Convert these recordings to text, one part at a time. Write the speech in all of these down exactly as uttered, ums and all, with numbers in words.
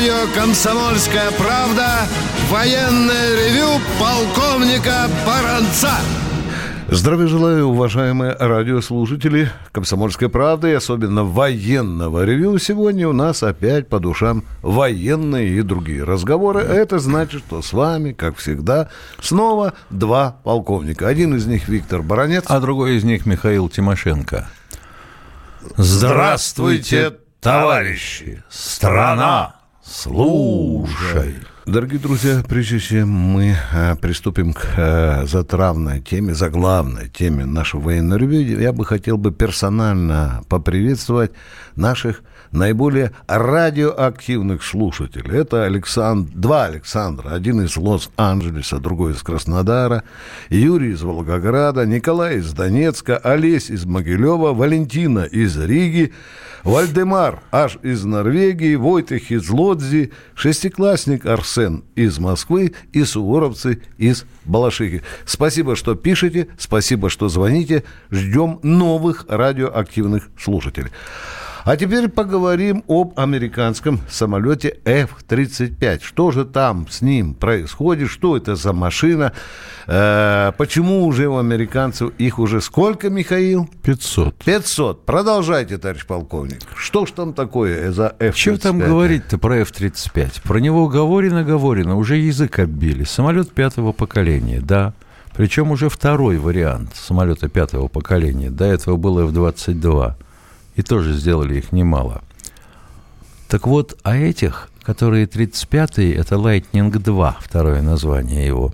радио «Комсомольская правда» военное ревю полковника Баранца. Здравия желаю, уважаемые радиослушатели «Комсомольской правды», и особенно военного ревю. Сегодня у нас опять по душам военные и другие разговоры. Это значит, что с вами, как всегда, снова два полковника. Один из них Виктор Баранец, а другой из них Михаил Тимошенко. Здравствуйте, товарищи! Страна, слушай! Дорогие друзья, прежде чем мы а, приступим к а, затравной теме, заглавной теме нашего военного ревью, я бы хотел бы персонально поприветствовать наших наиболее радиоактивных слушателей. Это Александр, два Александра, один из Лос-Анджелеса, другой из Краснодара, Юрий из Волгограда, Николай из Донецка, Олесь из Могилева, Валентина из Риги, Вальдемар аж из Норвегии, Войтых из Лодзи, шестиклассник Арсен из Москвы и суворовцы из Балашихи. Спасибо, что пишете, спасибо, что звоните. Ждем новых радиоактивных слушателей. А теперь поговорим об американском самолете эф тридцать пять. Что же там с ним происходит? Что это за машина? Э, почему уже у американцев их уже сколько, Михаил? пятьсот. пятьсот. Продолжайте, товарищ полковник. Что ж там такое за эф тридцать пять? Что там говорить-то про эф тридцать пять? Про него говорено-говорено, уже язык оббили. Самолет пятого поколения, да. Причем уже второй вариант самолета пятого поколения. До этого был эф двадцать два. И тоже сделали их немало. Так вот, а этих, которые тридцать пятые, это Lightning два, второе название его.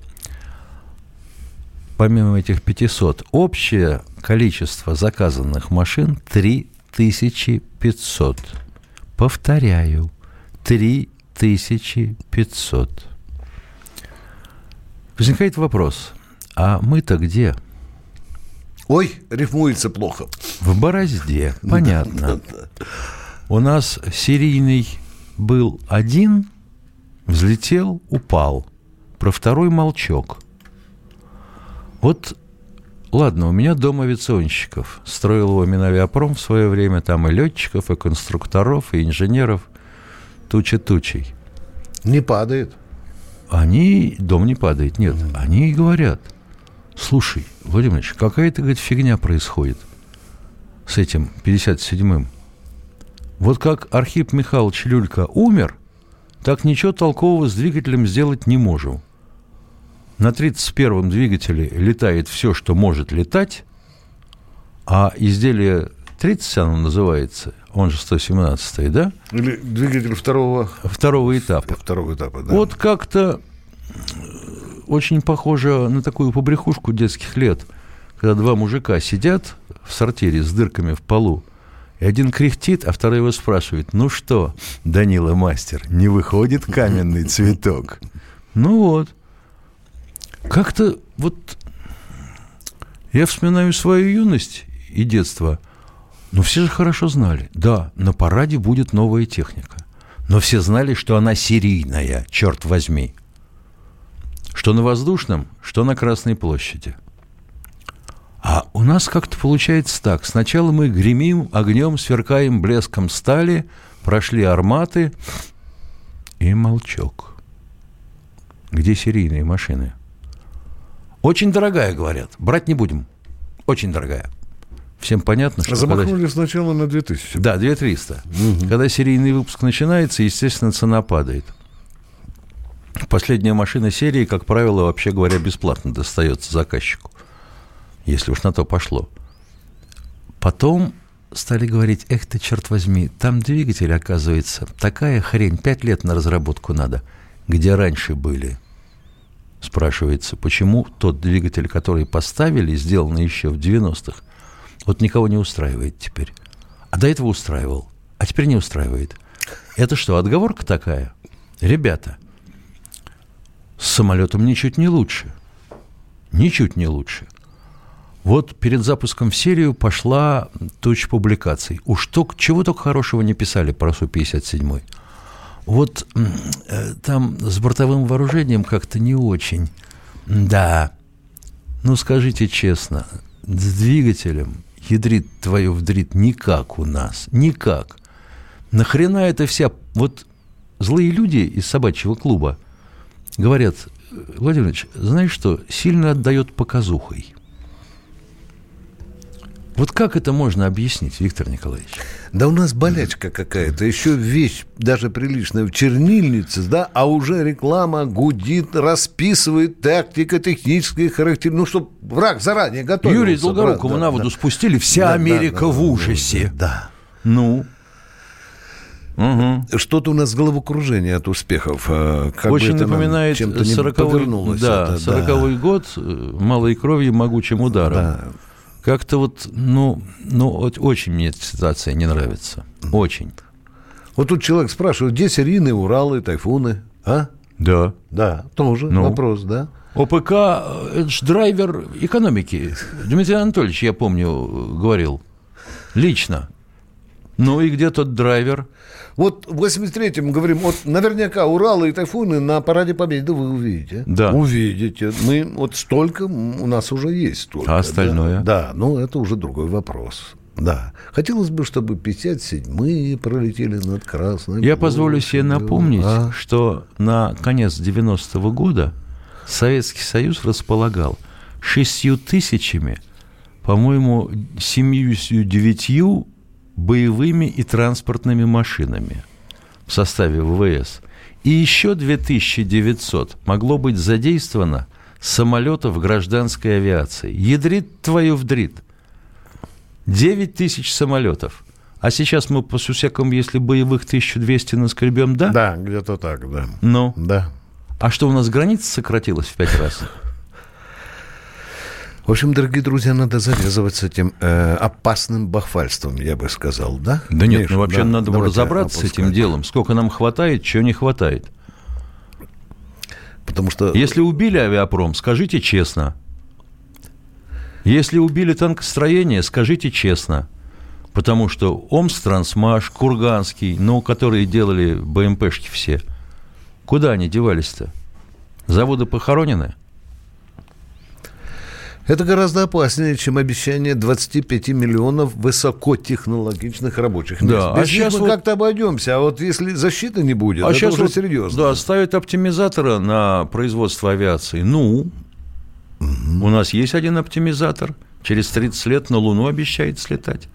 Помимо этих пятисот, общее количество заказанных машин три тысячи пятьсот. Повторяю, три тысячи пятьсот. Возникает вопрос, а мы-то где? Ой, рифмуется плохо. В Борозде, понятно. У нас серийный был один, взлетел, упал. Про второй молчок. Вот, ладно, у меня дом авиационщиков. Строил его Минавиапром в свое время. Там и летчиков, и конструкторов, и инженеров. Туча тучей. Не падает? Они, дом не падает, нет. Они и говорят: слушай, Владимир Ильич, какая-то, говорит, фигня происходит с этим пятьдесят седьмым. Вот как Архип Михайлович Люлька умер, так ничего толкового с двигателем сделать не можем. На тридцать первом двигателе летает все, что может летать, а изделие тридцать, оно называется, он же сто семнадцатый, да? Или двигатель второго... Второго этапа. Второго этапа, да. Вот как-то... Очень похоже на такую побрякушку детских лет, когда два мужика сидят в сортире с дырками в полу, и один кряхтит, а второй его спрашивает: ну что, Данила мастер, не выходит каменный цветок? Ну вот. Как-то вот я вспоминаю свою юность и детство, но все же хорошо знали, да, на параде будет новая техника, но все знали, что она серийная, черт возьми. Что на воздушном, что на Красной площади. А у нас как-то получается так. Сначала мы гремим огнем, сверкаем блеском стали, прошли арматы, и молчок. Где серийные машины? Очень дорогая, говорят. Брать не будем. Очень дорогая. Всем понятно, что... Замахнули когда... сначала на две тысячи. Да, две тысячи триста. Угу. Когда серийный выпуск начинается, естественно, цена падает. Последняя машина серии, как правило, вообще говоря, бесплатно достается заказчику, если уж на то пошло. Потом стали говорить: эх ты, черт возьми, там двигатель, оказывается, такая хрень, пять лет на разработку надо. Где раньше были? Спрашивается, почему тот двигатель, который поставили, сделанный еще в девяностых, вот никого не устраивает теперь. А до этого устраивал, а теперь не устраивает. Это что, отговорка такая? Ребята, с самолетом ничуть не лучше. Ничуть не лучше. Вот перед запуском в серию пошла туча публикаций. Уж то, чего только хорошего не писали про Су пятьдесят семь. Вот э, там с бортовым вооружением как-то не очень. Да. Ну, скажите честно, с двигателем ядрит твою вдрит никак у нас. Никак. Нахрена это вся... Вот злые люди из собачьего клуба говорят: Владимир Ильич, знаешь что, сильно отдает показухой. Вот как это можно объяснить, Виктор Николаевич? Да у нас болячка какая-то, еще вещь даже приличная в чернильнице, да, а уже реклама гудит, расписывает тактико-технические характеристики, ну, чтобы враг заранее готовился. Юрия Долгорукову да, на воду да. спустили, вся да, Америка да, да, в ужасе. Да. Ну... Угу. Что-то у нас головокружение от успехов. Как очень напоминает сороковой, да, это, сороковой да. год, малой кровью, могучим ударом. Да. Как-то вот, ну, ну, очень мне эта ситуация не нравится. Очень. Вот тут человек спрашивает, где серийные Уралы, Тайфуны, а? Да. Да, тоже ну. вопрос, да. ОПК – это же драйвер экономики. Дмитрий Анатольевич, я помню, говорил лично. Ну и где тот драйвер? Вот в восемьдесят третьем говорим, вот наверняка Уралы и Тайфуны на Параде Победы вы увидите. Да. Увидите. Мы, вот столько у нас уже есть. Столько, а остальное? Да, да, ну это уже другой вопрос. Да. Хотелось бы, чтобы пятьдесят седьмые пролетели над Красной Я площадью. Позволю себе напомнить, а? что на конец девяностого года Советский Союз располагал шестью тысячами, по-моему, семьюдесятью девятью боевыми и транспортными машинами в составе ВВС. И еще две тысячи девятьсот могло быть задействовано самолетов гражданской авиации. Ядрит твою вдрит. девять тысяч самолетов. А сейчас мы по сусекам, если боевых тысячу двести наскребем, да? Да, где-то так, да. Ну? Да. А что, у нас граница сократилась в пять раз? В общем, дорогие друзья, надо завязывать с этим э, опасным бахвальством, я бы сказал, да? Да нет, ну вообще да, надо разобраться опускать. с этим делом. Сколько нам хватает, чего не хватает. Потому что... Если убили авиапром, скажите честно. Если убили танкостроение, скажите честно. Потому что Омстрансмаш, Курганский, ну, которые делали БМПшки все, куда они девались-то? Заводы похоронены? Это гораздо опаснее, чем обещание двадцати пяти миллионов высокотехнологичных рабочих мест. Да, Без а сейчас мы вот... как-то обойдемся, а вот если защиты не будет, а это сейчас уже вот, серьезно. Да, ставят оптимизатора на производство авиации. Ну, угу. У нас есть один оптимизатор. Через тридцать лет на Луну обещает слетать.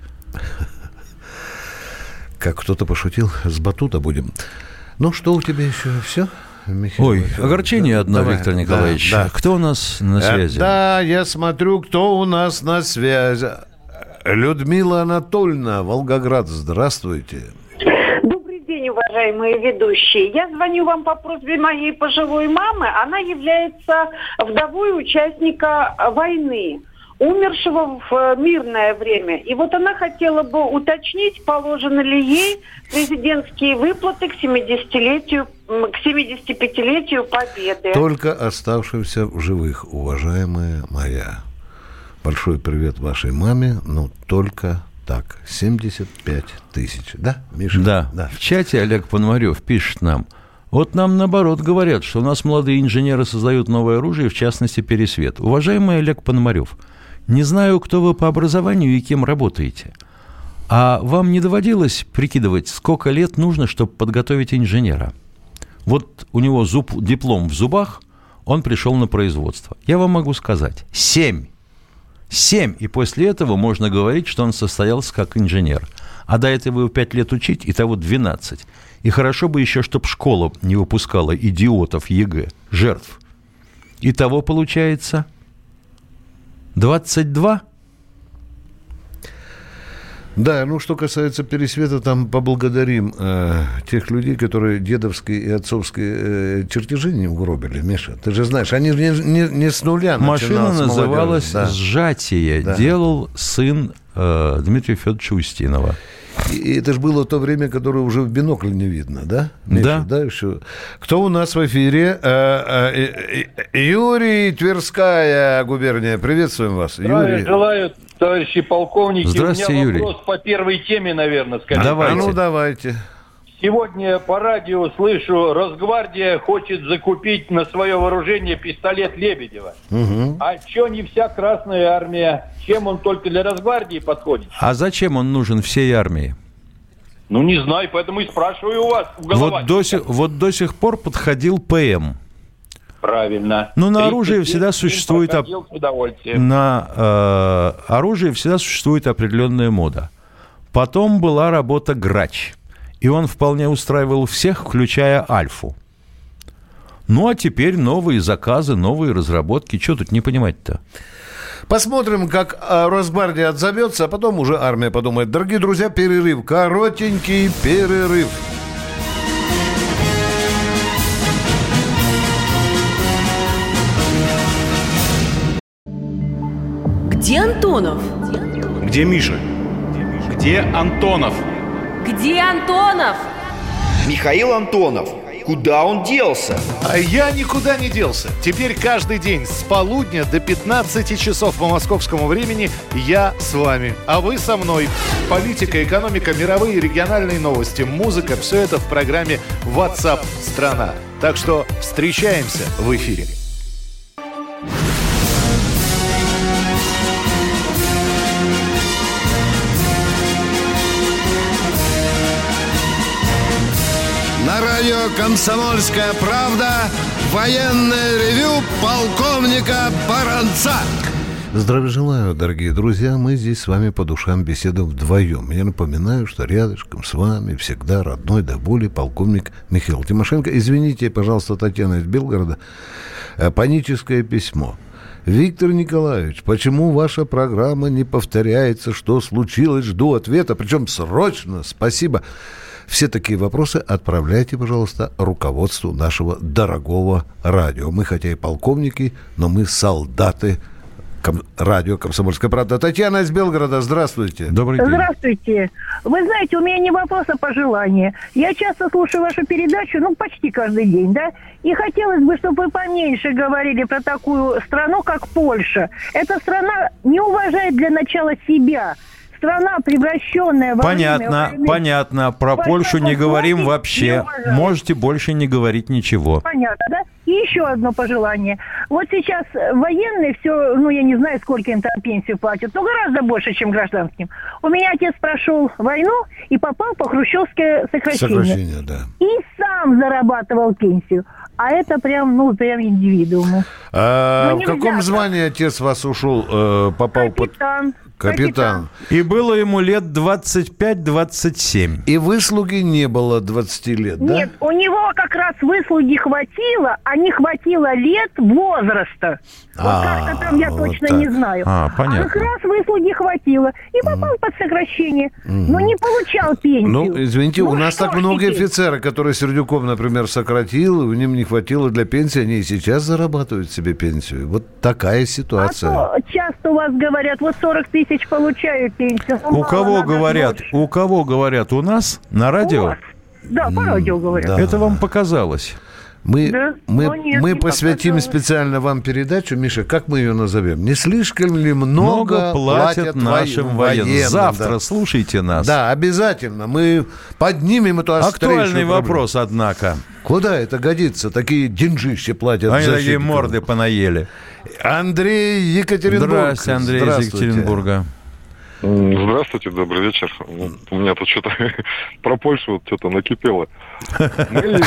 Как кто-то пошутил, с батута будем. Ну, что у тебя еще? Все? Михаил, Ой, Михаил, огорчение да, одно, давай, Виктор Николаевич. Да, да. Кто у нас на связи? Да, я смотрю, кто у нас на связи. Людмила Анатольевна, Волгоград, здравствуйте. Добрый день, уважаемые ведущие. Я звоню вам по просьбе моей пожилой мамы. Она является вдовой участника войны, умершего в мирное время. И вот она хотела бы уточнить, положены ли ей президентские выплаты к семидесятилетию, к семидесятипятилетию Победы. Только оставшимся в живых, уважаемая моя. Большой привет вашей маме, но только так. семьдесят пять тысяч. Да, Миша? Да. да. В чате Олег Пономарев пишет нам. Вот нам, наоборот, говорят, что у нас молодые инженеры создают новое оружие, в частности, Пересвет. Уважаемый Олег Пономарев, не знаю, кто вы по образованию и кем работаете. А вам не доводилось прикидывать, сколько лет нужно, чтобы подготовить инженера? Вот у него зуб, диплом в зубах, он пришел на производство. Я вам могу сказать, семь. Семь. И после этого можно говорить, что он состоялся как инженер. А до этого его пять лет учить, итого двенадцать. И хорошо бы еще, чтобы школа не выпускала идиотов ЕГЭ, жертв. Итого получается... двадцать два? Да, ну, что касается Пересвета, там поблагодарим э, тех людей, которые дедовские и отцовские э, чертежи не угробили, Миша. Ты же знаешь, они не, не, не с нуля Машина называлась да. «Сжатие». Да. Делал сын э, Дмитрия Федоровича Устинова. И это же было то время, которое уже в бинокль не видно, да? Миша, да. да еще. Кто у нас в эфире? Юрий, Тверская губерния. Приветствуем вас. Здравия желаю, товарищи полковники. Здравствуйте, У меня Юрий. вопрос по первой теме, наверное, скажите. Давайте. А ну, давайте. Сегодня по радио слышу, Росгвардия хочет закупить на свое вооружение пистолет Лебедева. Угу. А что не вся Красная Армия? Чем он только для Росгвардии подходит? А зачем он нужен всей армии? Ну, не знаю, поэтому и спрашиваю у вас. Вот до, сих, вот до сих пор подходил ПМ. Правильно. Но на оружие всегда существует... Оп... На э, оружие всегда существует определенная мода. Потом была работа Грач. И он вполне устраивал всех, включая Альфу. Ну, а теперь новые заказы, новые разработки. Что тут не понимать-то? Посмотрим, как Росгвардия отзовется, а потом уже армия подумает. Дорогие друзья, перерыв. Коротенький перерыв. Где Антонов? Где Миша? Где Антонов? Где Антонов? Михаил Антонов. Куда он делся? А я никуда не делся. Теперь каждый день с полудня до пятнадцати часов по московскому времени я с вами, а вы со мной. Политика, экономика, мировые и региональные новости, музыка – все это в программе WhatsApp страна. Так что встречаемся в эфире. На радио «Комсомольская правда» военное ревю полковника Баранца. Здравия желаю, дорогие друзья. Мы здесь с вами по душам беседуем вдвоем. Я напоминаю, что рядышком с вами всегда родной до боли полковник Михаил Тимошенко. Извините, пожалуйста, Татьяна из Белгорода. Паническое письмо. Виктор Николаевич, почему ваша программа не повторяется? Что случилось? Жду ответа. Причем срочно. Спасибо. Все такие вопросы отправляйте, пожалуйста, руководству нашего дорогого радио. Мы хотя и полковники, но мы солдаты ком- радио «Комсомольская правда». Татьяна из Белгорода, здравствуйте. Добрый день. Здравствуйте. Вы знаете, у меня не вопрос, а пожелание. Я часто слушаю вашу передачу, ну, почти каждый день, да? И хотелось бы, чтобы вы поменьше говорили про такую страну, как Польша. Эта страна не уважает для начала себя. Страна, превращенная во Понятно, время войны. понятно. Про Во Польшу не говорим вообще. не Можете больше не говорить ничего. Понятно, да? И еще одно пожелание. Вот сейчас военные все, ну, я не знаю, сколько им там пенсию платят, но гораздо больше, чем гражданским. У меня отец прошел войну и попал по хрущевское сокращение. Сокращение, да. И сам зарабатывал пенсию. А это прям, ну, прям индивидуумы. А ну, в каком так. звании отец вас ушел, э, попал Капитан. под... Капитан. И было ему лет двадцать пять двадцать семь. И выслуги не было двадцати лет, да? Нет, у него как раз выслуги хватило, а не хватило лет возраста. Вот А, как-то там я вот точно так. не знаю. А, понятно. как раз выслуги хватило. И попал под сокращение. Но не получал пенсию. Ну, извините, Ну, у нас что так ж много теперь? офицеров, которые Сердюков, например, сократил, и им не хватило для пенсии, они и сейчас зарабатывают себе пенсию. Вот такая ситуация. А то часто у вас говорят, вот сорок тысяч получаю пенсию. Ну, У мало, кого надо говорят? больше. У кого говорят? У нас на У радио? вас. Да, по радио говорят. да. Это вам показалось. Мы, Да? мы, Но нет, мы не посвятим показалось. специально вам передачу. Миша, как мы ее назовем? Не слишком ли много, Много платят нашим военным. Завтра да. слушайте нас. Да, обязательно. Мы поднимем эту острейшую Актуальный проблему. вопрос, однако. Куда это годится? Такие деньжища платят. Они такие защитникам. морды понаели. Андрей, Екатеринбург. Здравствуйте, Андрей из Здравствуйте. Екатеринбурга. Здравствуйте, добрый вечер. У меня тут что-то про Польшу вот что-то накипело. Мы-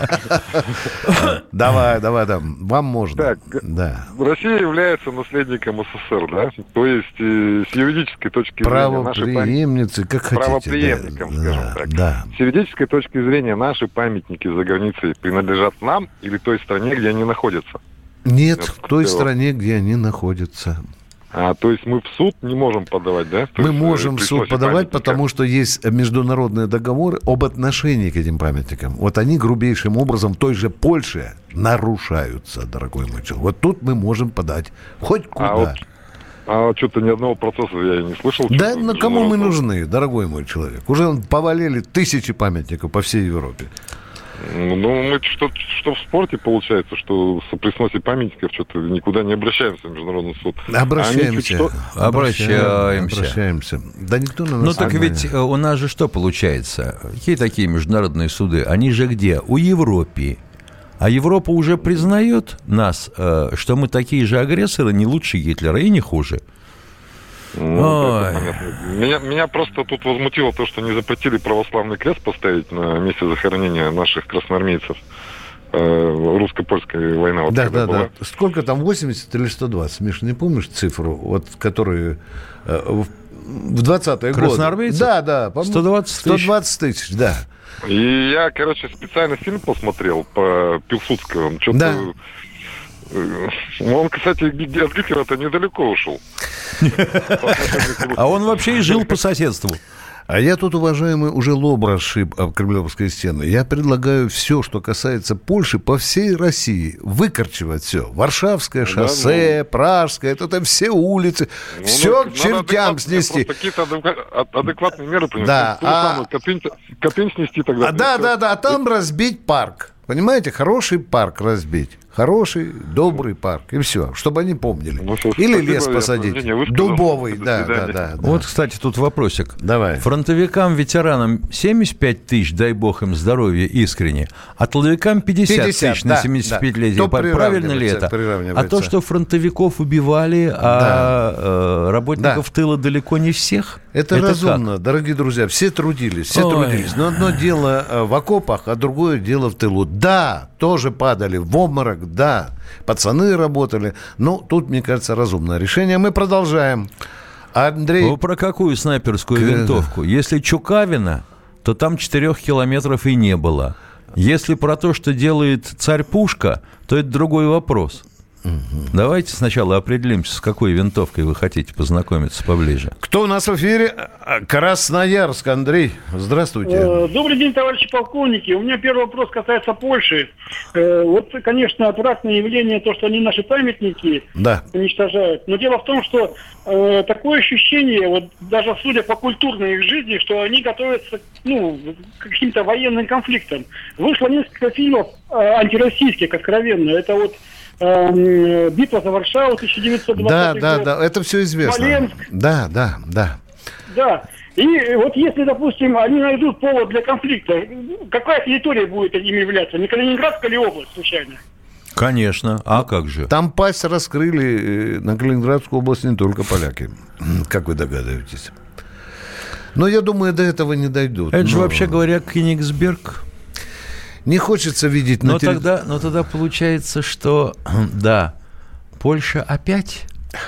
Давай, давай, там. Вам можно. Так, да. Россия является наследником СССР, да? То есть э, с юридической точки зрения нашей памяти... Правопреемницы, как хотите. Правопреемником, да, скажем да, так. Да. С юридической точки зрения наши памятники за границей принадлежат нам или той стране, где они находятся? Нет, Вот, в той хотела. стране, где они находятся. А, то есть мы в суд не можем подавать, да? То Мы есть, можем э, в при суд сносе подавать, памятника. потому что есть международные договоры об отношении к этим памятникам. Вот они грубейшим образом в той же Польше нарушаются, дорогой мой человек. Вот тут мы можем подать хоть куда. А вот А вот что-то ни одного процесса я и не слышал. Да, что-то на кому мы международного. нужны, дорогой мой человек? Уже повалили тысячи памятников по всей Европе. Ну, мы что, что в спорте получается, что при сносе памятников что-то никуда не обращаемся в международный суд. Обращаемся. А они чуть что- Обращаемся. Обращаемся. Да никто на нас Ну так не ведь э, у нас же что получается? Какие такие международные суды? Они же где? У Европы. А Европа уже признает нас, э, что мы такие же агрессоры, не лучше Гитлера и не хуже. Ну, меня, меня просто тут возмутило то, что не запретили православный крест поставить на месте захоронения наших красноармейцев. Э, русско-польская война. Вот да, да, была. да. Сколько там, восемьдесят или сто двадцать? Миша, не помнишь цифру, вот, которые э, в, в двадцатые годы? Красноармейцев? Да, да. сто двадцать тысяч. сто двадцать тысяч, да. И я, короче, специально фильм посмотрел по Пилсудскому. Что-то... Да. Он, кстати, от Гитлера-то недалеко ушел. А он вообще и жил по соседству. А я тут, уважаемый, уже лоб расшиб об Кремлевской стены. Я предлагаю все, что касается Польши, по всей России выкорчевать все. Варшавское шоссе, да, ну... Пражское, это там все улицы, ну, все к чертям снести. Какие-то адекватные меры принять. Да, а... Копень снести тогда. А, да, да, да, а там разбить парк. Понимаете, хороший парк разбить. Хороший, добрый парк. И все, чтобы они помнили. Ну, или лес посадить. Дубовый, да, да, да, да. Вот, кстати, тут вопросик. Давай. Фронтовикам, ветеранам семьдесят пять тысяч, дай бог им здоровья искренне, а тыловикам пятьдесят тысяч на семидесятипятилетие. Да. Правильно ли это? А то, что фронтовиков убивали, да. а работников да. тыла далеко не всех? Это, это разумно, как? Дорогие друзья. Все трудились, все Ой. трудились. Но одно дело в окопах, а другое дело в тылу. Да, тоже падали в обморок, да, пацаны работали. Но тут, мне кажется, разумное решение. Мы продолжаем. Андрей... Вы про какую снайперскую К... винтовку? Если Чукавина, то там четырех километров и не было. Если про то, что делает царь-пушка, то это другой вопрос. Угу. Давайте сначала определимся, с какой винтовкой вы хотите познакомиться поближе. Кто у нас в эфире? Красноярск. Андрей, здравствуйте. Добрый день, товарищи полковники. У меня первый вопрос касается Польши. Вот, конечно, отвратное явление, то, что они наши памятники да. уничтожают. Но дело в том, что э, такое ощущение, вот даже судя по культурной их жизни, что они готовятся ну, к каким-то военным конфликтам. Вышло несколько фильмов э, антироссийских, откровенно. Это вот «Битва за Варшаву» тысяча девятьсот двадцатый да, год. Да, да, это все известно. Смоленск. Да, да, да. Да. И вот если, допустим, они найдут повод для конфликта, какая территория будет им являться? Не Калининградская ли область, случайно? Конечно. А как же? Там пасть раскрыли на Калининградскую область не только поляки, как вы догадываетесь. Но я думаю, до этого не дойдут. Это но... же, вообще говоря, Кенигсберг. Не хочется видеть... Но, на терри... тогда, но тогда получается, что, да, Польша опять...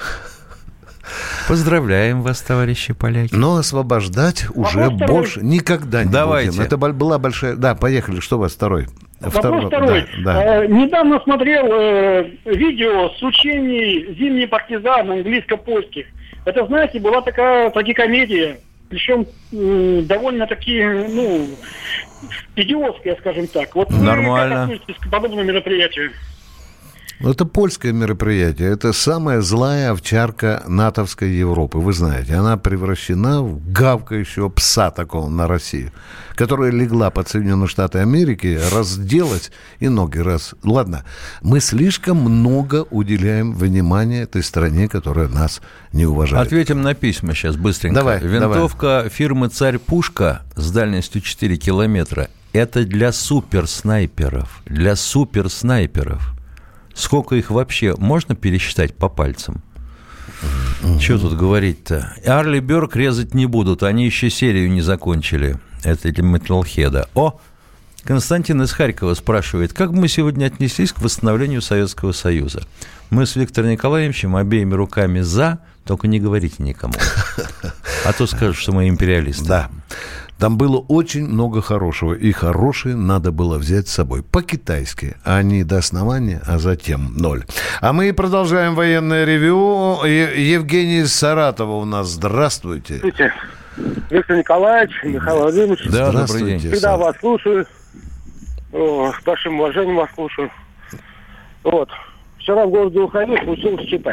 Поздравляем вас, товарищи поляки. Но освобождать уже Вопрос больше второй. Никогда не Давайте. будем. Это была большая... Да, поехали. Что у вас второй? Вопрос второй. второй. Да, да. Э, недавно смотрел э, видео с учений «Зимний партизан» английско-польских. Это, знаете, была такая трагикомедия. Причем э, довольно-таки, ну, идиотская, скажем так. Вот нормально. Вы как относитесь к подобному мероприятию? Это польское мероприятие. Это самая злая овчарка натовской Европы. Вы знаете, она превращена в гавкающего пса такого на Россию, которая легла под Соединенные Штаты Америки разделать и ноги раз. Ладно, мы слишком много уделяем внимания этой стране, которая нас не уважает. Ответим на письма сейчас быстренько. Давай, Винтовка давай. фирмы «Царь-пушка» с дальностью четыре километра. Это для суперснайперов. Для суперснайперов. Сколько их вообще можно пересчитать по пальцам? Mm-hmm. Что тут говорить-то? Арли Бёрк резать не будут, они еще серию не закончили. Это для Металлхеда. О, Константин из Харькова спрашивает, как бы мы сегодня отнеслись к восстановлению Советского Союза? Мы с Виктором Николаевичем обеими руками за, только не говорите никому. А то скажут, что мы империалисты. Да. Там было очень много хорошего, и хорошее надо было взять с собой по-китайски, а не до основания, а затем ноль. А мы продолжаем военное ревью. Евгений из Саратова у нас. Здравствуйте. Здравствуйте. Виктор Николаевич, Михаил Владимирович. Да, добрый день. Всегда вас слушаю. О, с большим уважением вас слушаю. Вот. Вчера в городе Лухове случилось ЧП.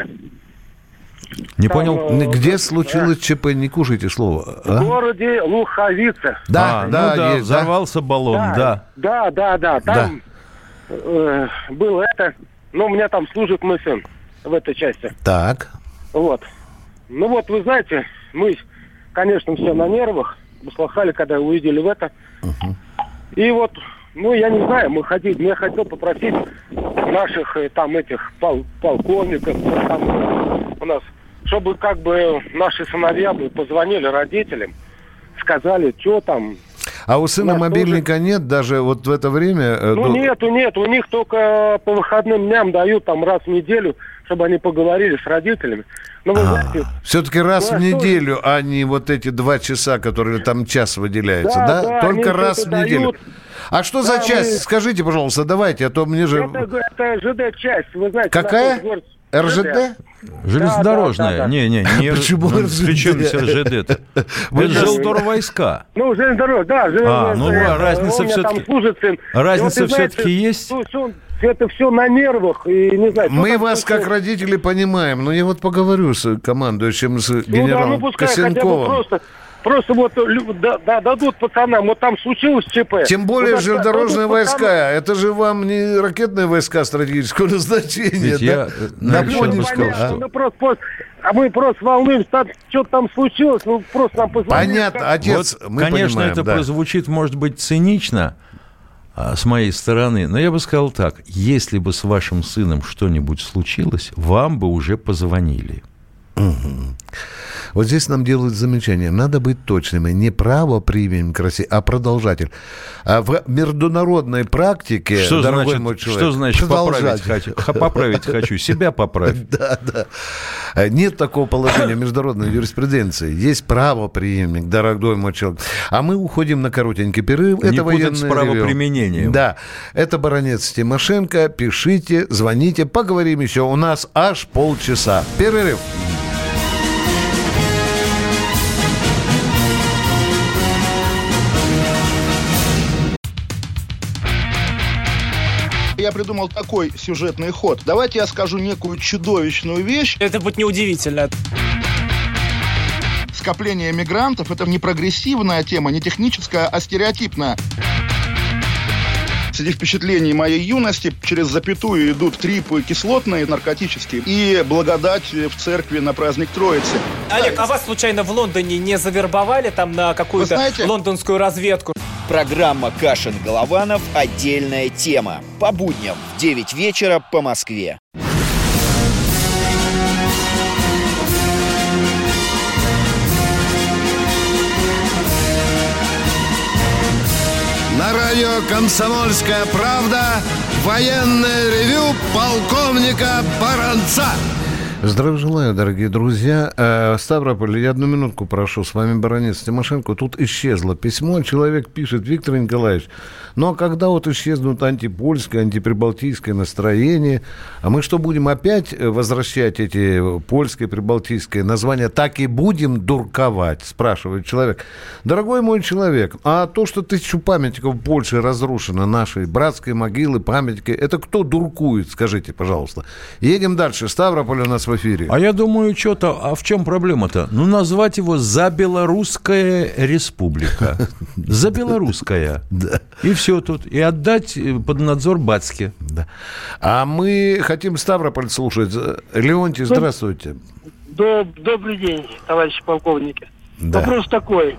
Не Там, понял? э, Где случилось да. ЧП? Не кушайте слово. А? В городе Луховице. Да, а, да, ну да, есть, взорвался да? баллон, да. Да, да, да. да. Там да. Э, было это. Ну, у меня там служит мой сын в этой части. Так. Вот. Ну вот, вы знаете, мы, конечно, все на нервах. Услыхали, когда увидели в это. Угу. И вот, ну, я не знаю, мы хотели, я хотел попросить наших там этих пол, полковников, там у нас чтобы как бы наши сыновья бы позвонили родителям, сказали, что там. А у сына Нас мобильника тоже... нет даже вот в это время? Ну, до... нету, нет. У них только по выходным дням дают там раз в неделю, чтобы они поговорили с родителями. Ну, вы знаете, все-таки раз ну, в неделю, тоже... а не вот эти два часа, которые там час выделяются, да? да? да только раз в неделю. Дают. А что да, за час? мы... Скажите, пожалуйста, давайте, а то мне же... Это, это ЖД-часть, вы знаете. Какая? РЖД? Железнодорожная? Да, да, да. Не, не, не. Почему РЖД? Причем здесь РЖД-то? Это желторвойска. Ну, железнодорожная, да. А, ну разница все-таки... Разница все-таки есть? Это все на нервах. И не знаю, мы вас, как родители, понимаем. Но я вот поговорю с командующим, с генералом ну, да, ну, Косенковым. Просто, просто вот да, да, дадут пацанам, вот там случилось ЧП. Тем более вот, железнодорожные войска. Пацанам. Это же вам не ракетные войска стратегического назначения. Ведь да? я напомню, сказал, что... что... Ну, просто, просто, а мы просто волнуемся, там что-то там случилось, ну просто нам позвонили. Понятно, как... отец, вот, мы конечно, понимаем, это да. прозвучит, может быть, цинично, с моей стороны, но я бы сказал так, если бы с вашим сыном что-нибудь случилось, вам бы уже позвонили. Угу. Вот здесь нам делают замечание. Надо быть точными. Не правоприменник России, а продолжатель. А в международной практике, что дорогой значит, мой человек... Что значит поправить хочу? Поправить хочу. Себя поправить. Да, да. Нет такого положения в международной юриспруденции. Есть правоприемник, дорогой мой человек. А мы уходим на коротенький перерыв. Не это путать с правоприменением. Да. Это баронец Тимошенко. Пишите, звоните. Поговорим еще. У нас аж полчаса. Перерыв. Я придумал такой сюжетный ход. Давайте я скажу некую чудовищную вещь. Это будет неудивительно. Скопление мигрантов – это не прогрессивная тема, не техническая, а стереотипная. Среди впечатлений моей юности через запятую идут трипы кислотные, наркотические, и благодать в церкви на праздник Троицы. Олег, а вас случайно в Лондоне не завербовали там на какую-то знаете, лондонскую разведку? Программа «Кашин-Голованов. Отдельная тема». По будням в девять вечера по Москве. На радио «Комсомольская правда» военное ревю полковника Баранца. Здравия желаю, дорогие друзья. Ставрополь, я одну минутку прошу. С вами баронец Тимошенко. Тут исчезло письмо. Человек пишет: Виктор Николаевич, ну а когда вот исчезнут антипольское, антиприбалтийское настроение, а мы что, будем опять возвращать эти польское, прибалтийское названия? Так и будем дурковать, спрашивает человек. Дорогой мой человек, а то, что тысячу памятников в Польше разрушено, нашей братской могилы, памятники, это кто дуркует, скажите, пожалуйста. Едем дальше. Ставрополь у нас в эфире. А я думаю, что-то, а в чем проблема-то? Ну, назвать его «Забелорусская республика». Забелорусская. Да. И все тут. И отдать под надзор Бацке. Да. А мы хотим Ставрополь слушать. Леонтий, здравствуйте. Добрый день, товарищи полковники. Да. Вопрос такой.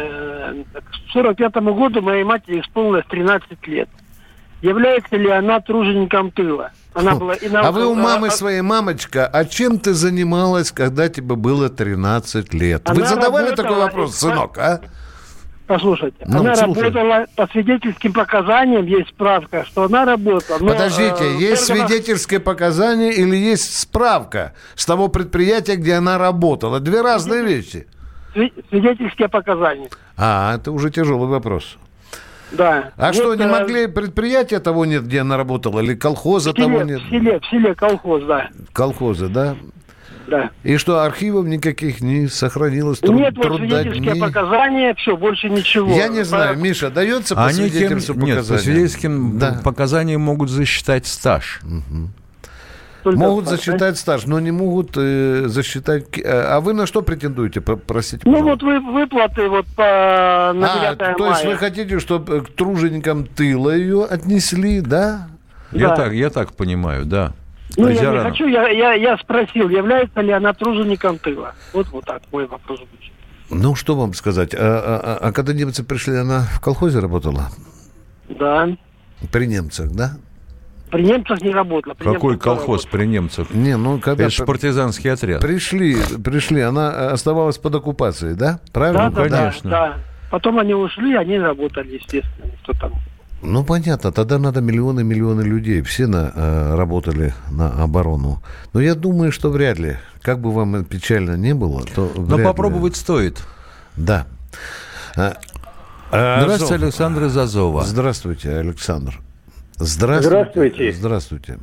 К сорок пятому году моей матери исполнилось тринадцать лет. Является ли она тружеником тыла? Она была и на... А вы у мамы своей, мамочка, а чем ты занималась, когда тебе было тринадцать лет? Она вы задавали работала... такой вопрос, сынок, а? Послушайте, ну, она слушай. работала по свидетельским показаниям, есть справка, что она работала. Но, Подождите, э, есть органах... свидетельское показание или есть справка с того предприятия, где она работала? Две разные вещи. Свидетельские показания. А, это уже тяжелый вопрос. Да. А вот, что, не э... могли, предприятия того нет, где она работала, или колхоза в селе, того нет? В селе, в селе колхоз, да. Колхоза, да? Да. И что, архивов никаких не сохранилось? Труд, нет, вот свидетельские дней. Показания, все, больше ничего. Я не знаю, по... Миша, дается по Они свидетельским кем... показаниям? Нет, по свидетельским да. показаниям могут засчитать стаж. Угу. Могут стаж, засчитать да? стаж, но не могут э, засчитать... А вы на что претендуете, простите? Ну вот вы, выплаты вот по... На а, то мая. Есть вы хотите, чтобы к труженикам тыла ее отнесли, да? Я, да. так, я так понимаю, да. Ну, я не хочу, я, я, я спросил, является ли она тружеником тыла. Вот, вот так мой вопрос будет. Ну, что вам сказать? А, а, а когда немцы пришли, она в колхозе работала? Да. При немцах, да? При немцах не работала. При Какой немцах колхоз работала. при немцах? Не, ну когда... Это же партизанский отряд. Пришли, пришли, она оставалась под оккупацией, да? Правильно? Да, Ну, да, конечно. Да, да. Потом они ушли, они работали, естественно. Кто там? Ну, понятно, тогда надо миллионы и миллионы людей. Все на, э, работали на оборону. Но я думаю, что вряд ли. Как бы вам печально не было, то Но вряд попробовать ли. стоит. Да. А, Здравствуйте, Азов. Александр из Азова. Здравствуйте, Александр. Здравствуйте. Здравствуйте. Здравствуйте.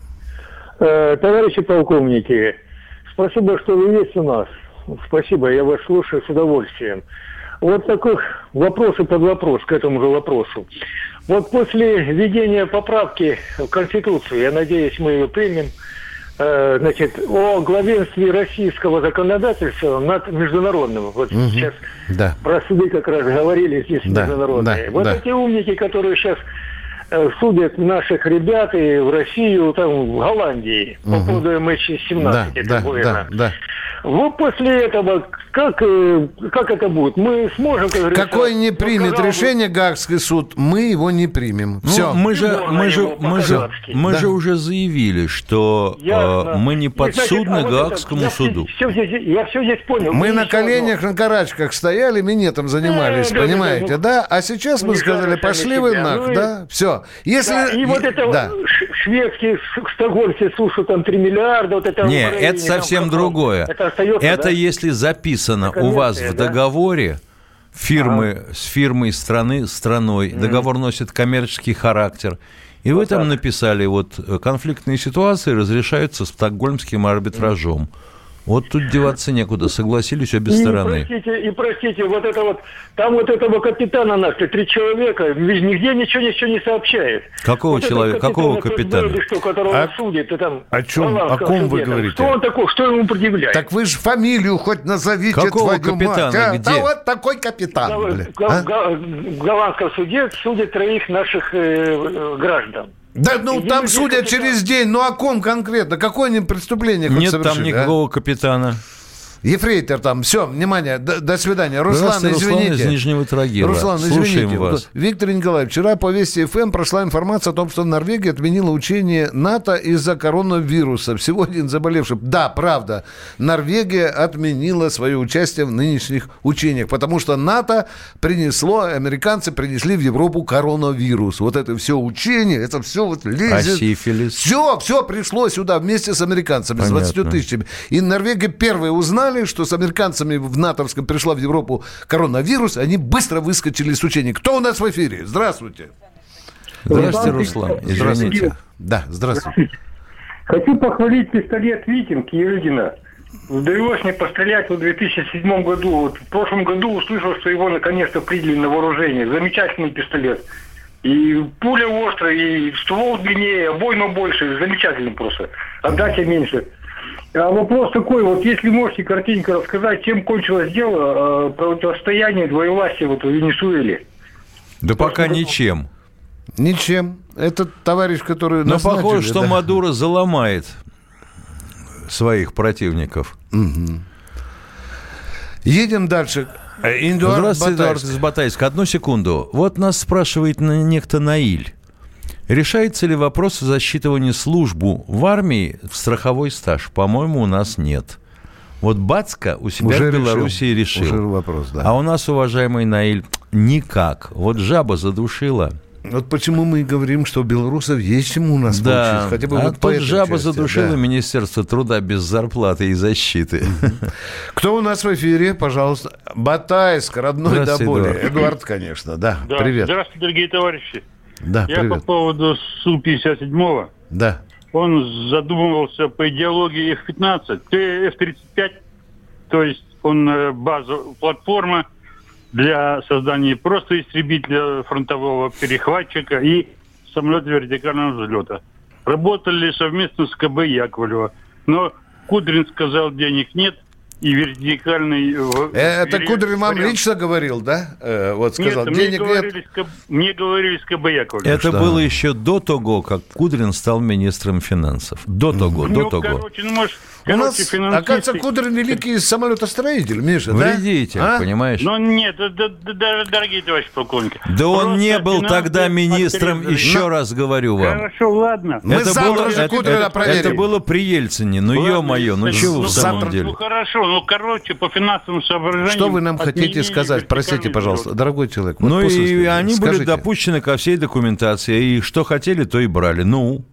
Э, товарищи полковники, спасибо, что вы есть у нас. Спасибо, я вас слушаю с удовольствием. Вот такой вопрос и под вопрос к этому же вопросу. Вот после введения поправки в Конституцию, я надеюсь, мы ее примем, э, значит, о главенстве российского законодательства над международным. Вот Угу. сейчас Да. про суды как раз говорили здесь Да, международные. да, вот да. эти умники, которые сейчас э, судят наших ребят и в Россию, там, в Голландии, по Угу. поводу эм эйч семнадцать, Да, это да, военно. да, да. Вот после этого, как, э, как это будет? Мы сможем, как говорится... Какой не примет сказал бы, решение Гаагский суд, мы его не примем. Ну, Все. мы же, Можно мы же, его мы же, по-казахски. мы Да. же уже заявили, что Ясно. э, мы не И, значит, подсудны а вот Гаагскому это, я суду. Все, все здесь, я все здесь понял. Мы И на еще коленях, на карачках стояли, минетом занимались, Да, да, понимаете, да, да, да. А сейчас Ну, мы не сказали, жалуйся на пошли вы себя. нах, Ну и- да, все. Если... Да, и вот это да. вот ш- шведские, ш- стокгольмские слушают там три миллиарда, вот это... Не, Украине, это совсем там, другое. Это остается, Это да? если записано у вас в Коммерция, да? договоре фирмы с фирмой страны страной, договор носит коммерческий характер, и вы там написали, вот конфликтные ситуации разрешаются стокгольмским арбитражом. Вот тут деваться некуда, согласились обе И, стороны. простите, и простите, вот это вот, там вот этого капитана нашли, три человека, нигде ничего ничего не сообщает. Какого вот человека, какого капитана? Был, что, которого А- судит, и там, о чем, о голландского ком вы судья, говорите? Что он такой, что ему предъявляет? Так вы же фамилию хоть назовите, Какого твою капитана? мать, а? Где? Да вот такой капитан, Гол- блин. гол- А? гол- В голландском суде судят троих наших э, э, граждан. Да, ну И там здесь судят капитан. через день, ну о ком конкретно? Какое они преступление хоть Нет там совершили, а? никакого капитана. Ефрейтор там, все, внимание, до, до свидания. Руслан, Здравствуйте, Руслан извините. из Нижнего Тагила. Руслан, Слушаем извините. вас. Виктор Николаевич, вчера по Вести ФМ прошла информация о том, что Норвегия отменила учение НАТО из-за коронавируса. Всего один заболевший. Да, правда, Норвегия отменила свое участие в нынешних учениях, потому что НАТО принесло, американцы принесли в Европу коронавирус. Вот это все учение, это все вот лезет. А сифилис? Все, все пришло сюда вместе с американцами, Понятно. с двадцатью тысячами. И Норвегия первые узнали, что с американцами в натовском пришла в Европу коронавирус, они быстро выскочили из учения. Кто у нас в эфире? Здравствуйте. Здравствуйте, Руслан. Извините. Да, здравствуйте. Хочу похвалить пистолет «Викинг» Ерыгина. Удалось мне пострелять в две тысячи седьмом году. Вот в прошлом году услышал, что его наконец-то приняли на вооружение. Замечательный пистолет. И пуля острая, и ствол длиннее, обойма больше. Замечательный просто. Отдача меньше. А вопрос такой, вот если можете картинка рассказать, чем кончилось дело э, противостояние двоевластия вот в Венесуэле? Да пока ничем. Ничем. Этот товарищ, который Но назначили, похоже, что да. Мадуро заломает своих противников. Мгм. Едем дальше. Эдуард Здравствуйте, Эдуард Батайск. из Батайска. Одну секунду. Вот нас спрашивает на- некто Наиль. Решается ли вопрос о засчитывании службу в армии в страховой стаж? По-моему, у нас нет. Вот Бацка у себя Уже в Белоруссии решил. решил. Уже вопрос, да. А у нас, уважаемый Наиль, никак. Вот жаба задушила. Вот почему мы и говорим, что у белорусов есть чему у нас Да, поучиться. Хотя бы а вот по тут этой жаба части, задушила да. Министерство труда без зарплаты и защиты. Кто у нас в эфире, пожалуйста? Батайск, родной до Здравствуйте, боли. Эдуард. Эдуард, конечно, да. Да. Привет. Здравствуйте, дорогие товарищи. Да, Я по привет. поводу Су пятьдесят семь. Да. Он задумывался по идеологии эф пятнадцать, эф тридцать пять, то есть он э, база, платформа для создания просто истребителя фронтового перехватчика и самолета вертикального взлета. Работали совместно с КБ Яковлева. Но Кудрин сказал, денег нет, и вертикальный... Это вариант- Кудрин вам лично говорил, да? Э, вот сказал, нет, денег мне нет. говорили, с КБ мне говорили с КБ Яковлева. Это было еще до того, как Кудрин стал министром финансов. До того, Ну, до того. короче, ну, может, У нас, оказывается, Кудрин великий самолетостроитель, Миша, Вредитель, да? понимаешь? Ну нет, да, да, да, дорогие товарищи полковники. Да он не был тогда министром, еще ну, раз говорю вам. Хорошо, ладно. Мы это завтра было, же Кудрина это, проверим. это было при Ельцине, ну ё-моё, ну чего в самом завтра, деле? Ну хорошо, ну короче, по финансовым соображениям... Что вы нам хотите сказать? Простите, пожалуйста, дорогой человек. Ну вот и они скажите. были допущены ко всей документации, и что хотели, то и брали. Ну...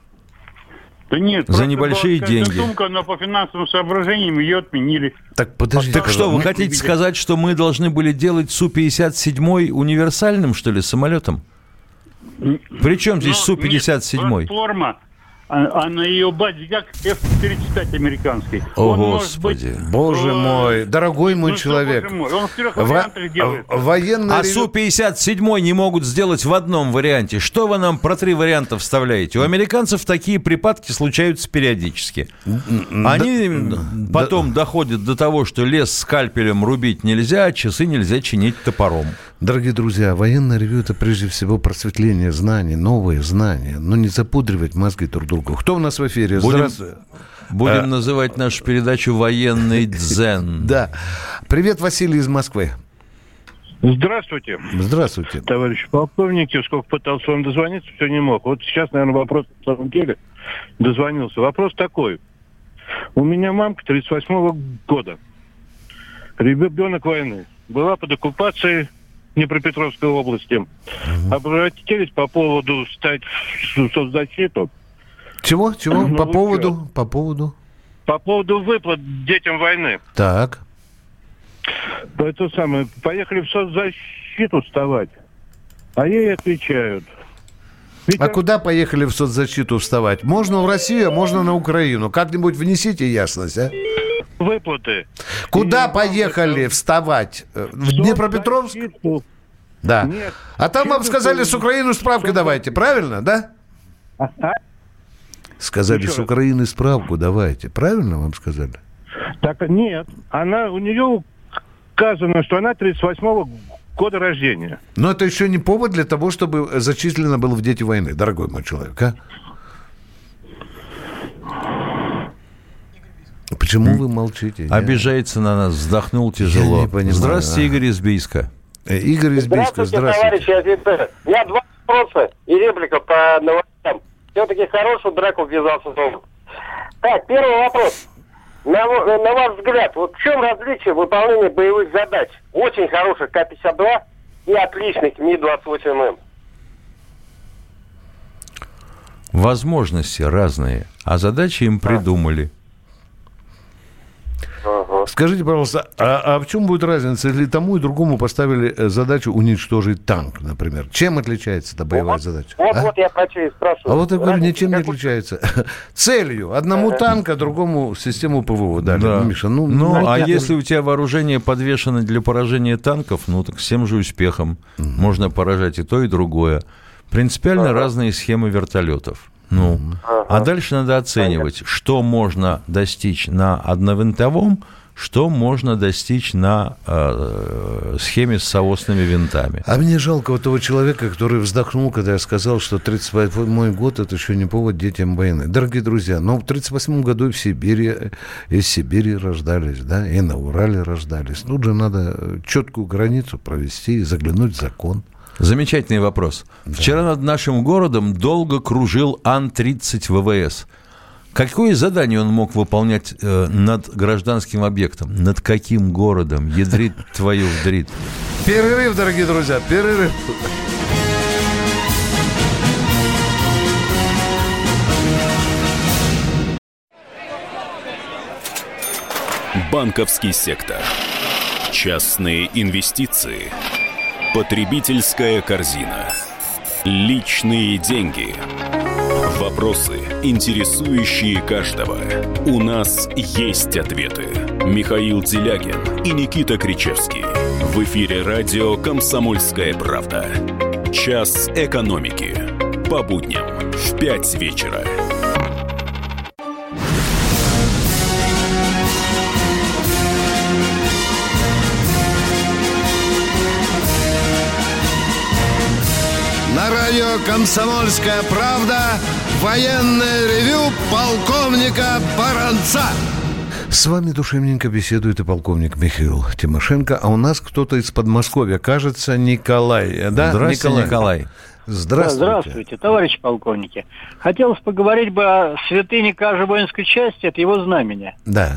Да нет, за небольшие была деньги. Сумка, но по финансовым соображениям ее отменили. Так подождите. Так что, вы хотите сказать, что мы должны были делать Су пятьдесят семь универсальным, что ли, самолетом? При чем здесь Су пятьдесят семь? Платформа, а, а на ее базе как эф тридцать пять американский. О, он Господи. Может быть, боже мой, дорогой мой ну, человек. Боже мой, он в трех Во- вариантах делает. Военный А ревю- Су пятьдесят семь не могут сделать в одном варианте. Что вы нам про три варианта вставляете? У американцев такие припадки случаются периодически. Они потом доходят до того, что лес скальпелем рубить нельзя, а часы нельзя чинить топором. Дорогие друзья, военное ревью – это прежде всего просветление знаний, новые знания. Но не запудривать мозги друг другу. Кто у нас в эфире? Будем, Здравствуй. будем а, называть нашу передачу «Военный дзен». Да. Привет, Василий из Москвы. Здравствуйте. Здравствуйте. Товарищи полковники, сколько пытался вам дозвониться, все не мог. Вот сейчас, наверное, вопрос на самом деле дозвонился. Вопрос такой. У меня мамка тридцать восьмого года. Ребенок войны. Была под оккупацией Днепропетровской области. Угу. Обратились по поводу стать в соцзащиту. Чего? Чего? Ну, по вы поводу? чё? По поводу? По поводу выплат детям войны. Так. Это самое. Поехали в соцзащиту вставать. А ей отвечают. А куда поехали в соцзащиту вставать? Можно в Россию, а можно на Украину. Как-нибудь внесите ясность, а? Выплаты. Куда И поехали вставать? В Днепропетровск? Да. Нет. А там вам Чем сказали, это- с Украины справку давайте, правильно, да? А? Сказали, Еще с раз. Украины справку давайте. Правильно вам сказали? Так нет. Она, у нее указано, что она тридцать восьмого года рождения. Но это еще не повод для того, чтобы зачислено было в дети войны, дорогой мой человек, а? Почему вы молчите? Я- Обижается на нас, вздохнул тяжело. Я не понимаю, Здравствуйте, а. Игорь из Бийска. Э, Игорь из Бийска, здравствуйте. товарищи офицеры. У меня два вопроса и реплика по новостям. Все-таки хорошую драку ввязался в дом. Так, первый вопрос. На, в- на ваш взгляд, вот в чем различие выполнения боевых задач очень хороших Ка пятьдесят два и отличных Ми двадцать восемь М? Возможности разные, а задачи им придумали. Скажите, пожалуйста, а, а в чем будет разница, если тому и другому поставили э, задачу уничтожить танк, например? Чем отличается эта боевая вот, задача? Вот, а? вот я хочу и спрашиваю. А вот я говорю, Разница ничем не какой- отличается. Целью. Одному танк, а другому систему ПВО дали. Да. Миша, ну, Ну, ну, а это- если у тебя вооружение подвешено для поражения танков, ну, так с тем же успехом можно поражать и то, и другое. Принципиально разные схемы вертолетов. Ну, а дальше надо оценивать, что можно достичь на одновинтовом, что можно достичь на э, схеме с соосными винтами. А мне жалко вот того человека, который вздохнул, когда я сказал, что тридцать восьмой год – это еще не повод детям войны. Дорогие друзья, ну, в тридцать восьмом году и в Сибири, из Сибири рождались, да, и на Урале рождались. Тут же надо четкую границу провести и заглянуть в закон. Замечательный вопрос. Да. Вчера над нашим городом долго кружил Ан тридцать вэ вэ эс. Какое задание он мог выполнять э, над гражданским объектом? Над каким городом? Ядрит твою вдрит. Перерыв, дорогие друзья, перерыв. Банковский сектор. Частные инвестиции. Потребительская корзина. Личные деньги. Вопросы, интересующие каждого. У нас есть ответы. Михаил Делягин и Никита Кричевский. В эфире радио «Комсомольская правда». Час экономики. По будням в пять вечера. На радио «Комсомольская правда» военное ревю полковника Баранца. С вами душевненько беседует и полковник Михаил Тимошенко. А у нас кто-то из Подмосковья, кажется, Николай. Да? Здравствуйте, Николай. Николай. Здравствуйте. Здравствуйте, товарищи полковники. Хотелось поговорить бы о святыне каждой воинской части, это его знамение. Да.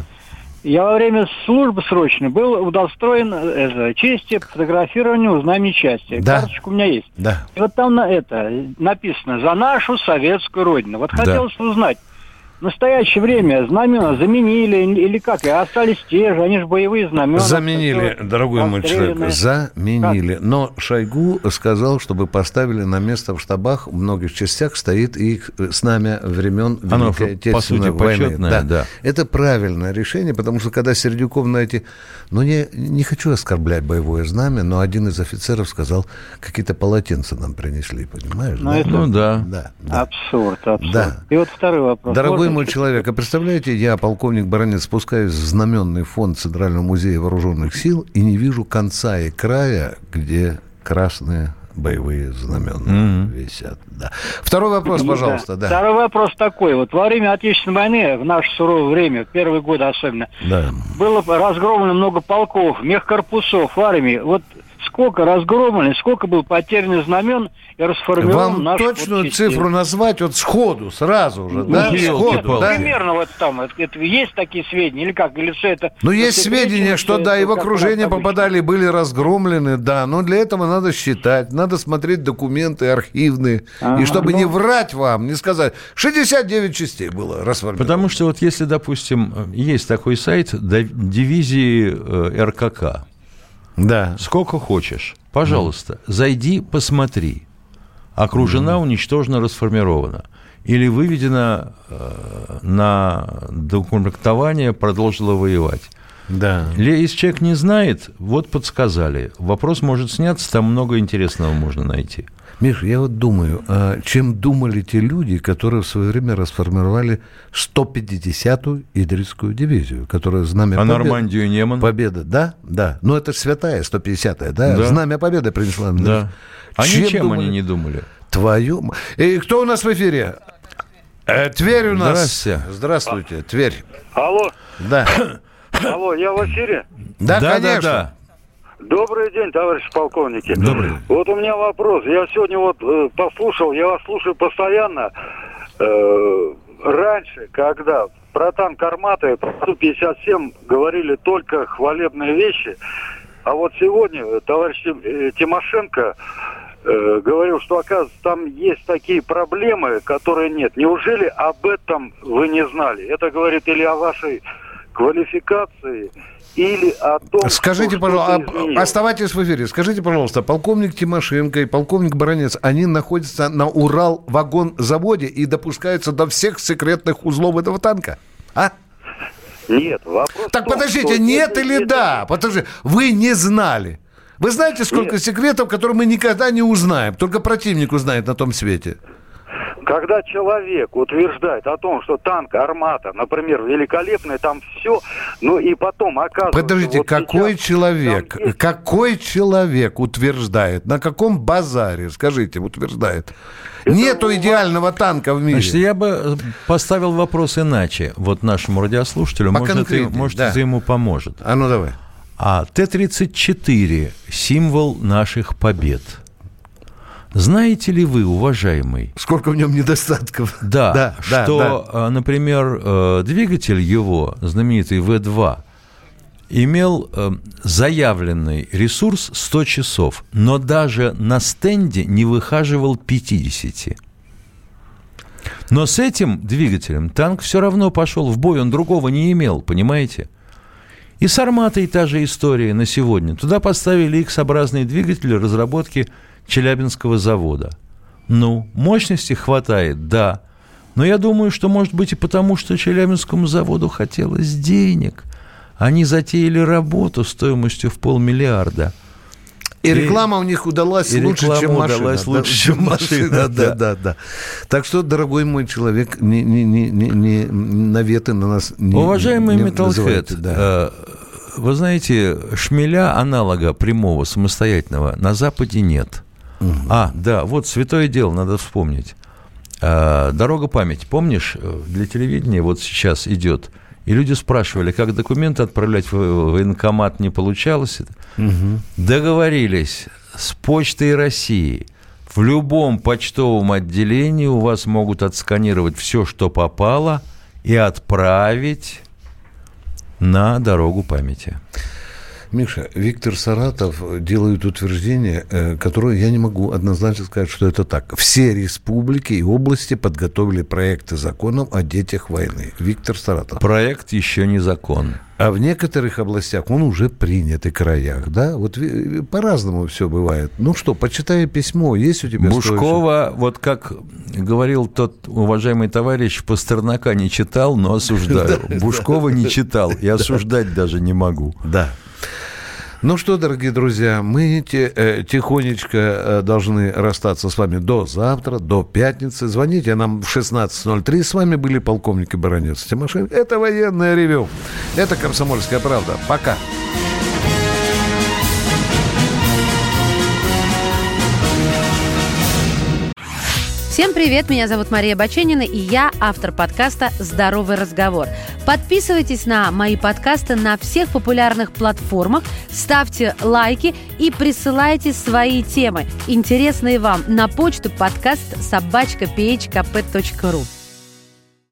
Я во время службы срочной был удостоен это, чести фотографирования у знамени части. Да. Карточка у меня есть. Да. И вот там на это написано «За нашу советскую родину». Вот да. хотелось узнать, в настоящее время знамена заменили или как? И остались те же, они же боевые знамена. Заменили, дорогой мой человек, заменили. Как? Но Шойгу сказал, чтобы поставили на место в штабах, в многих частях стоит их знамя времен Великой Отечественной войны. Да. Да. Это правильное решение, потому что когда Сердюков на эти... Ну, не, не хочу оскорблять боевое знамя, но один из офицеров сказал, какие-то полотенца нам принесли, понимаешь? Ну, да? Это... ну да. да. Абсурд, абсурд. Да. И вот второй вопрос. Дорогой мой человек, а представляете, я, полковник Баранец, спускаюсь в знаменный фонд Центрального музея вооруженных сил и не вижу конца и края, где красные боевые знамена mm-hmm. висят. Да. Второй вопрос, пожалуйста. Да. Да. Второй вопрос такой. Вот во время Отечественной войны, в наше суровое время, в первые годы особенно, да. было разгромлено много полков, мехкорпусов, армии. Вот сколько разгромлено, сколько было потеряно знамен и расформировано Вам наш... точную вот цифру назвать вот сходу, сразу же, да? Нет, сходу, нет, да? Примерно вот там, это, это, есть такие сведения, или как? Или все это... Ну, есть сведения, что, да, и в окружение попадали, были разгромлены, да, но для этого надо считать, надо смотреть документы архивные, ага, и чтобы ну... не врать вам, не сказать, шестьдесят девять частей было расформировано. Потому что вот если, допустим, есть такой сайт дивизии эр ка ка, да. Сколько хочешь. Пожалуйста, mm. зайди, посмотри. Окружена, mm. уничтожена, расформирована. Или выведена э, на документование, продолжила воевать. Да. Если человек не знает, вот подсказали. Вопрос может сняться, там много интересного можно найти. Миша, я вот думаю, чем думали те люди, которые в свое время расформировали сто пятидесятую Идрицкую дивизию, которая знамя а победы... А Нормандию и Неман? Победа, да, да. Ну, это святая сто пятидесятая, да? да. Знамя победы принесла. Да. А ничем думали? Они не думали. Твою... И кто у нас в эфире? Э, Тверь у нас. Здравствуйте. Здравствуйте, Тверь. Алло. Да. Алло, я в эфире? Да, да конечно. Да, да. Добрый день, товарищи полковники. Добрый. Вот у меня вопрос. Я сегодня вот э, послушал, я вас слушаю постоянно. Э, раньше, когда про танк «Армата» и про Су пятьдесят семь говорили только хвалебные вещи, а вот сегодня товарищ Тимошенко э, говорил, что, оказывается, там есть такие проблемы, которые нет. Неужели об этом вы не знали? Это говорит или о вашей квалификации, или о том, Скажите, что пожалуйста, оставайтесь в эфире. Скажите, пожалуйста, полковник Тимошенко и полковник Баранец, они находятся на Урал-вагонзаводе и допускаются до всех секретных узлов этого танка? А? Нет, вопрос... Так том, подождите, нет или это... да? Подожди, вы не знали. Вы знаете, сколько нет. секретов, которые мы никогда не узнаем, только противник узнает на том свете? Когда человек утверждает о том, что танк «Армата», например, великолепный, там все, ну и потом оказывается... Подождите, вот какой человек, есть... какой человек утверждает, на каком базаре, скажите, утверждает? Это Нету у... идеального танка в мире. Значит, я бы поставил вопрос иначе, вот нашему радиослушателю, может, это, может да. это ему поможет. А ну давай. А Т тридцать четыре – символ наших побед. Знаете ли вы, уважаемый... Сколько в нем недостатков. Да, да что, да. например, двигатель его, знаменитый вэ два, имел заявленный ресурс сто часов, но даже на стенде не выхаживал пятьдесят. Но с этим двигателем танк все равно пошел в бой, он другого не имел, понимаете? И с «Арматой» та же история на сегодня. Туда поставили икс-образные двигатели разработки Челябинского завода. Ну, мощности хватает, да. Но я думаю, что, может быть, и потому, что Челябинскому заводу хотелось денег. Они затеяли работу стоимостью в полмиллиарда. И, и реклама у них удалась и лучше, чем машина. удалась лучше, да, чем машина. Да, да, да, да. Так что, дорогой мой человек, не, не, не, не, не, наветы на нас не Уважаемый не Metalhead, да. Вы знаете, шмеля аналога прямого, самостоятельного на Западе нет. Угу. А, да, вот святое дело, надо вспомнить. Дорога памяти, помнишь, для телевидения вот сейчас идет. И люди спрашивали, как документы отправлять в военкомат не получалось. Угу. Договорились с Почтой России. В любом почтовом отделении у вас могут отсканировать все, что попало, и отправить на дорогу памяти. Миша, Виктор Саратов делает утверждение, которое я не могу однозначно сказать, что это так. Все республики и области подготовили проекты законов о детях войны. Виктор Саратов. Проект еще не закон. А в некоторых областях он уже принят и краях, да? Вот по-разному все бывает. Ну что, почитай письмо, есть у тебя? Бушкова, стоящее? Вот как говорил тот уважаемый товарищ, Пастернака не читал, но осуждаю. Бушкова не читал и осуждать даже не могу. Да. Ну что, дорогие друзья, мы тихонечко должны расстаться с вами до завтра, до пятницы. Звоните нам в шестнадцать ноль три. С вами были полковник и баронец Тимошенко. Это военное ревю. Это «Комсомольская правда». Пока. Всем привет, меня зовут Мария Баченина, и я автор подкаста «Здоровый разговор». Подписывайтесь на мои подкасты на всех популярных платформах, ставьте лайки и присылайте свои темы, интересные вам, на почту подкаст собака пи эйч ка пэ точка ру.